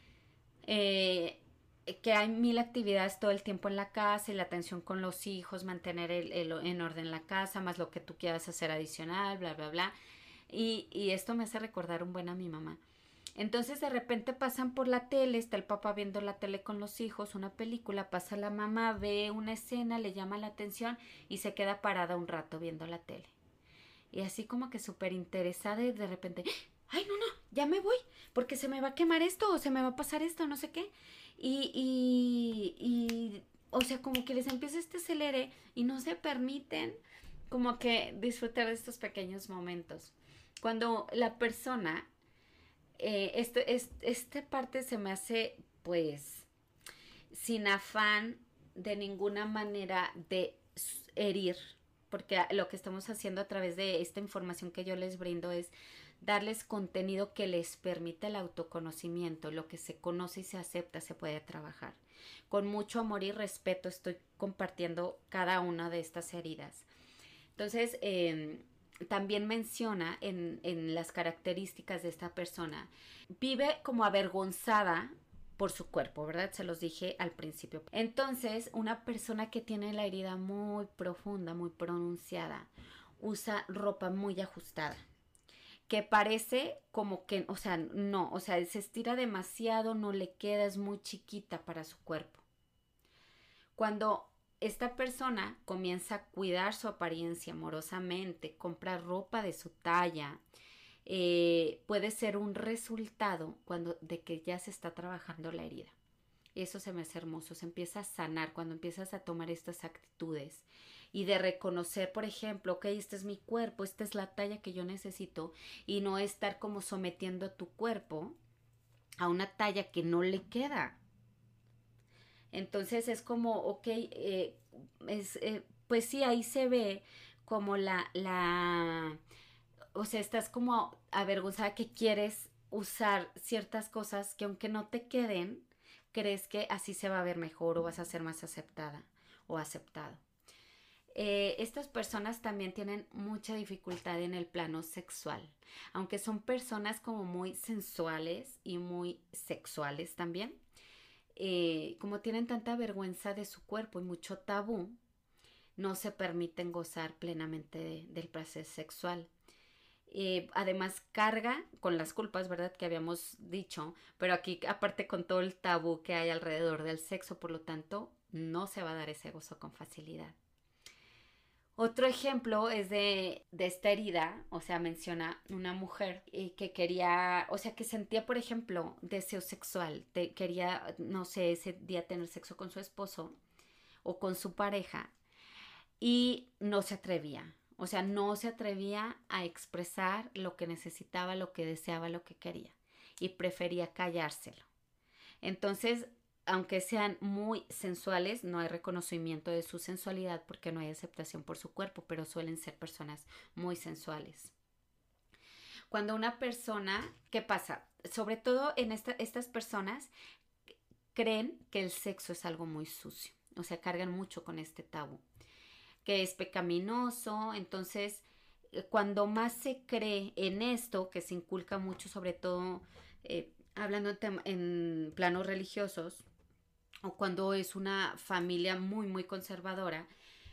que hay 1000 actividades todo el tiempo en la casa y la atención con los hijos, mantener en orden la casa, más lo que tú quieras hacer adicional, bla, bla, bla. Y esto me hace recordar un buen a mi mamá. Entonces de repente pasan por la tele, está el papá viendo la tele con los hijos, una película, pasa la mamá, ve una escena, le llama la atención y se queda parada un rato viendo la tele. Y así como que súper interesada y de repente, ay no, no, ya me voy, porque se me va a quemar esto o se me va a pasar esto, no sé qué. O sea, como que les empieza este acelere y no se permiten como que disfrutar de estos pequeños momentos. Cuando la persona, esta parte se me hace pues sin afán de ninguna manera de herir, porque lo que estamos haciendo a través de esta información que yo les brindo es darles contenido que les permita el autoconocimiento, lo que se conoce y se acepta se puede trabajar. Con mucho amor y respeto estoy compartiendo cada una de estas heridas. Entonces, también menciona en las características de esta persona, vive como avergonzada por su cuerpo, ¿verdad? Se los dije al principio. Entonces, una persona que tiene la herida muy profunda, muy pronunciada, usa ropa muy ajustada, que parece como que, o sea, no, o sea, se estira demasiado, no le queda, es muy chiquita para su cuerpo. Cuando esta persona comienza a cuidar su apariencia amorosamente, compra ropa de su talla, puede ser un resultado de que ya se está trabajando la herida. Eso se me hace hermoso, se empieza a sanar cuando empiezas a tomar estas actitudes y de reconocer, por ejemplo, ok, este es mi cuerpo, esta es la talla que yo necesito y no estar como sometiendo a tu cuerpo a una talla que no le queda. Entonces es como, ok, pues sí, ahí se ve como o sea, estás como avergonzada que quieres usar ciertas cosas que aunque no te queden, crees que así se va a ver mejor o vas a ser más aceptada o aceptado. Estas personas también tienen mucha dificultad en el plano sexual, aunque son personas como muy sensuales y muy sexuales también. Como tienen tanta vergüenza de su cuerpo y mucho tabú, no se permiten gozar plenamente del placer sexual. Además carga con las culpas, ¿verdad? Que habíamos dicho, pero aquí aparte con todo el tabú que hay alrededor del sexo, por lo tanto, no se va a dar ese gozo con facilidad. Otro ejemplo es de esta herida, o sea, menciona una mujer que quería, o sea, que sentía, por ejemplo, deseo sexual, quería, no sé, ese día tener sexo con su esposo o con su pareja y no se atrevía. O sea, no se atrevía a expresar lo que necesitaba, lo que deseaba, lo que quería. Y prefería callárselo. Entonces, aunque sean muy sensuales, no hay reconocimiento de su sensualidad porque no hay aceptación por su cuerpo, pero suelen ser personas muy sensuales. Cuando una persona, ¿qué pasa? Sobre todo en estas personas creen que el sexo es algo muy sucio, o sea, cargan mucho con este tabú, que es pecaminoso. Entonces, cuando más se cree en esto, que se inculca mucho, sobre todo hablando en planos religiosos, o cuando es una familia muy, muy conservadora,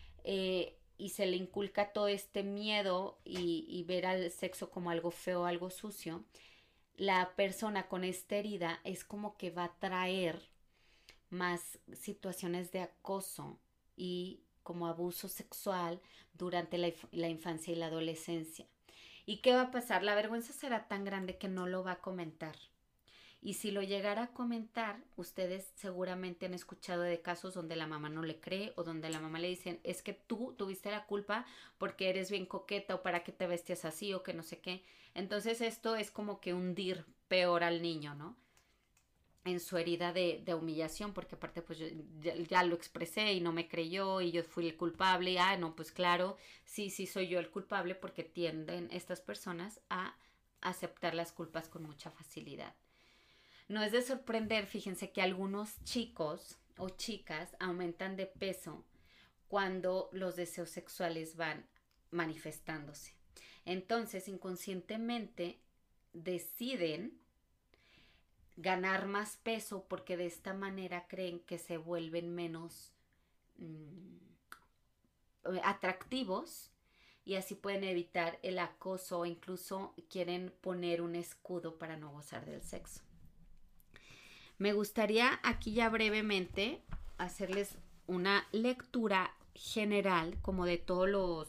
y se le inculca todo este miedo y ver al sexo como algo feo, algo sucio, la persona con esta herida es como que va a traer más situaciones de acoso y como abuso sexual durante la infancia y la adolescencia. ¿Y qué va a pasar? La vergüenza será tan grande que no lo va a comentar. Y si lo llegara a comentar, ustedes seguramente han escuchado de casos donde la mamá no le cree o donde la mamá le dicen, es que tú tuviste la culpa porque eres bien coqueta o para que te vestías así o que no sé qué. Entonces esto es como que hundir peor al niño, ¿no? En su herida de humillación, porque aparte pues yo ya lo expresé y no me creyó y yo fui el culpable y no, pues claro, sí, sí soy yo el culpable porque tienden estas personas a aceptar las culpas con mucha facilidad. No es de sorprender, fíjense que algunos chicos o chicas aumentan de peso cuando los deseos sexuales van manifestándose. Entonces, inconscientemente deciden ganar más peso porque de esta manera creen que se vuelven menos atractivos y así pueden evitar el acoso o incluso quieren poner un escudo para no gozar del sexo. Me gustaría aquí ya brevemente hacerles una lectura general como de todos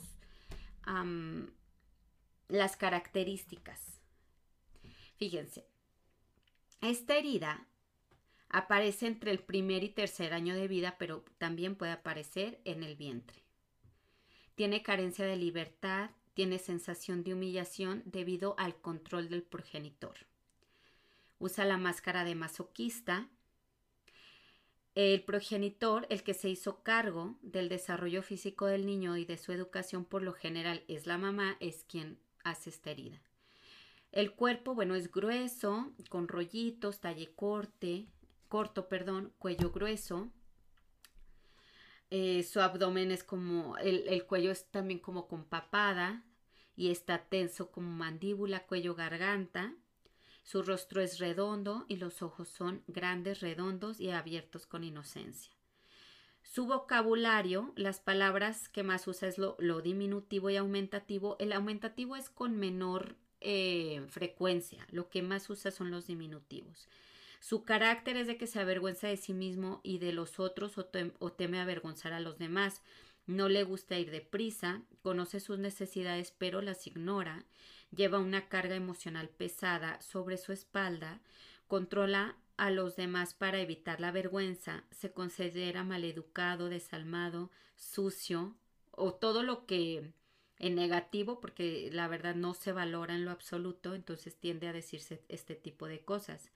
las características. Fíjense, esta herida aparece entre el primer y tercer año de vida, pero también puede aparecer en el vientre. Tiene carencia de libertad, tiene sensación de humillación debido al control del progenitor. Usa la máscara de masoquista. El progenitor, el que se hizo cargo del desarrollo físico del niño y de su educación, por lo general es la mamá, es quien hace esta herida. El cuerpo, bueno, es grueso, con rollitos, talle corto, cuello grueso. Su abdomen es como, el cuello es también como con papada y está tenso como mandíbula, cuello, garganta. Su rostro es redondo y los ojos son grandes, redondos y abiertos con inocencia. Su vocabulario, las palabras que más usa es lo diminutivo y aumentativo. El aumentativo es con menor frecuencia. Lo que más usa son los diminutivos. Su carácter es de que se avergüenza de sí mismo y de los otros o teme avergonzar a los demás. No le gusta ir deprisa, conoce sus necesidades pero las ignora, lleva una carga emocional pesada sobre su espalda, controla a los demás para evitar la vergüenza, se considera maleducado, desalmado, sucio o todo lo que en negativo, porque la verdad no se valora en lo absoluto, entonces tiende a decirse este tipo de cosas.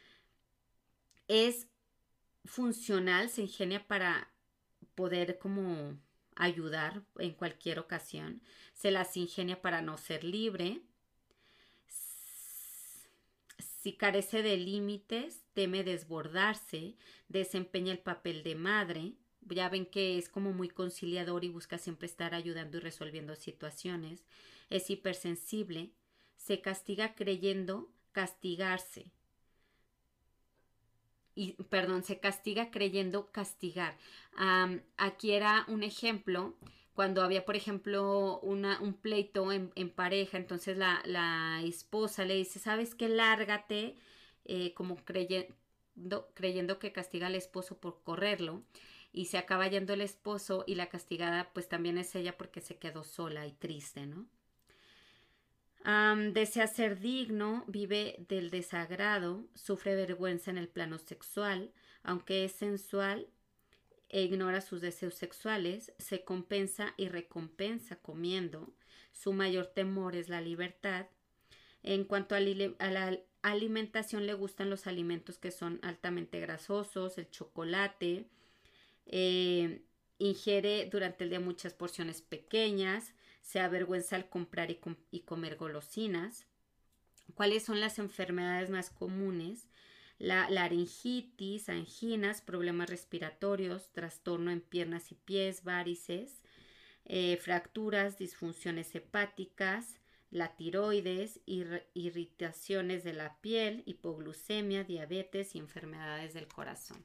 Es funcional, se ingenia para poder como ayudar en cualquier ocasión, se las ingenia para no ser libre, si carece de límites, teme desbordarse, desempeña el papel de madre, ya ven que es como muy conciliador y busca siempre estar ayudando y resolviendo situaciones, es hipersensible, se castiga creyendo castigarse, y perdón, se castiga creyendo castigar. Aquí era un ejemplo cuando había, por ejemplo, un pleito en pareja, entonces la esposa le dice, ¿sabes qué? Lárgate, como creyendo que castiga al esposo por correrlo, y se acaba yendo el esposo y la castigada pues también es ella porque se quedó sola y triste, ¿no? Desea ser digno, vive del desagrado, sufre vergüenza en el plano sexual, aunque es sensual e ignora sus deseos sexuales, se compensa y recompensa comiendo, su mayor temor es la libertad. En cuanto a la alimentación, le gustan los alimentos que son altamente grasosos, el chocolate, eh, ingiere durante el día muchas porciones pequeñas, se avergüenza al comprar y comer golosinas. ¿Cuáles son las enfermedades más comunes? La laringitis, anginas, problemas respiratorios, trastorno en piernas y pies, varices, fracturas, disfunciones hepáticas, la tiroides, irritaciones de la piel, hipoglucemia, diabetes y enfermedades del corazón.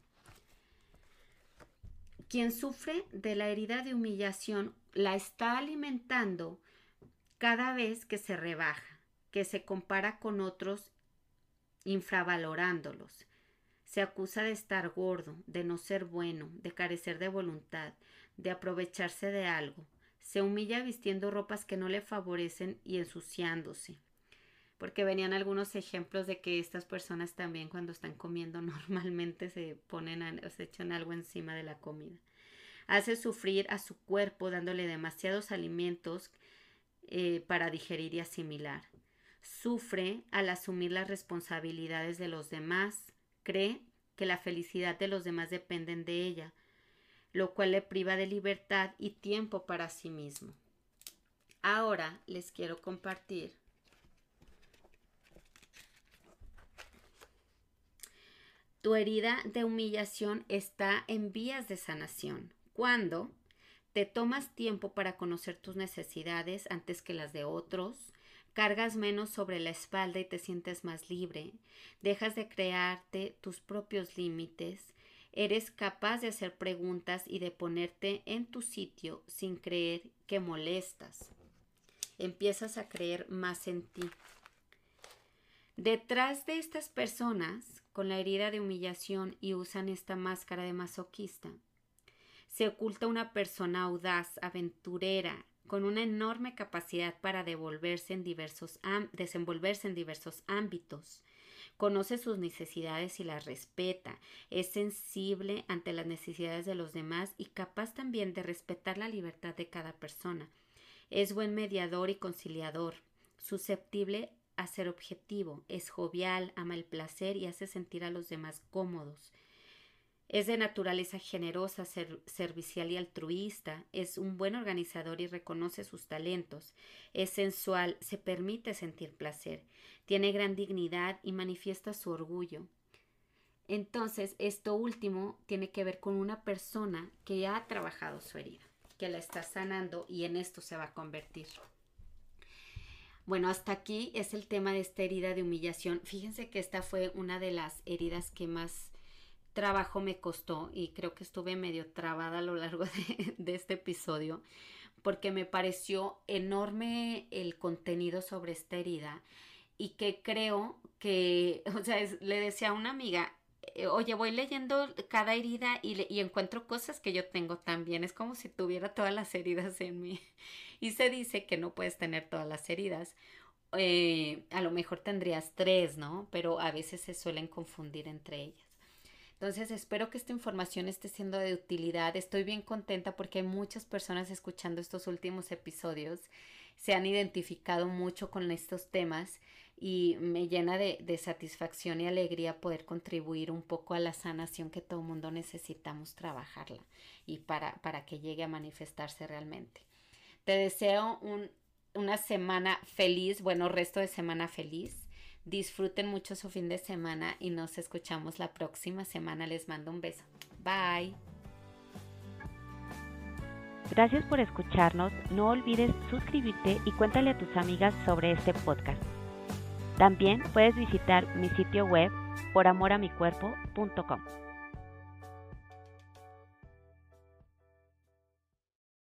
Quien sufre de la herida de humillación la está alimentando cada vez que se rebaja, que se compara con otros infravalorándolos. Se acusa de estar gordo, de no ser bueno, de carecer de voluntad, de aprovecharse de algo. Se humilla vistiendo ropas que no le favorecen y ensuciándose. Porque venían algunos ejemplos de que estas personas también cuando están comiendo normalmente se echan algo encima de la comida. Hace sufrir a su cuerpo dándole demasiados alimentos para digerir y asimilar. Sufre al asumir las responsabilidades de los demás. Cree que la felicidad de los demás dependen de ella, lo cual le priva de libertad y tiempo para sí mismo. Ahora les quiero compartir tu herida de humillación está en vías de sanación. Cuando te tomas tiempo para conocer tus necesidades antes que las de otros, cargas menos sobre la espalda y te sientes más libre, dejas de crearte tus propios límites, eres capaz de hacer preguntas y de ponerte en tu sitio sin creer que molestas. Empiezas a creer más en ti. Detrás de estas personas con la herida de humillación y usan esta máscara de masoquista, se oculta una persona audaz, aventurera, con una enorme capacidad para desenvolverse en diversos ámbitos. Conoce sus necesidades y las respeta. Es sensible ante las necesidades de los demás y capaz también de respetar la libertad de cada persona. Es buen mediador y conciliador, susceptible a ser objetivo, es jovial, ama el placer y hace sentir a los demás cómodos. Es de naturaleza generosa, servicial y altruista, es un buen organizador y reconoce sus talentos, es sensual, se permite sentir placer, tiene gran dignidad y manifiesta su orgullo. Entonces, esto último tiene que ver con una persona que ya ha trabajado su herida, que la está sanando y en esto se va a convertir. Bueno, hasta aquí es el tema de esta herida de humillación. Fíjense que esta fue una de las heridas que más trabajo me costó y creo que estuve medio trabada a lo largo de este episodio porque me pareció enorme el contenido sobre esta herida y que creo que, o sea, le decía a una amiga, oye, voy leyendo cada herida y encuentro cosas que yo tengo también. Es como si tuviera todas las heridas en mí. Y se dice que no puedes tener todas las heridas. A lo mejor tendrías tres, ¿no? Pero a veces se suelen confundir entre ellas. Entonces espero que esta información esté siendo de utilidad. Estoy bien contenta porque hay muchas personas escuchando estos últimos episodios. Se han identificado mucho con estos temas y me llena de satisfacción y alegría poder contribuir un poco a la sanación que todo el mundo necesitamos trabajarla y para que llegue a manifestarse realmente. Te deseo una semana feliz, bueno, resto de semana feliz. Disfruten mucho su fin de semana y nos escuchamos la próxima semana. Les mando un beso. Bye. Gracias por escucharnos. No olvides suscribirte y cuéntale a tus amigas sobre este podcast. También puedes visitar mi sitio web poramoramicuerpo.com.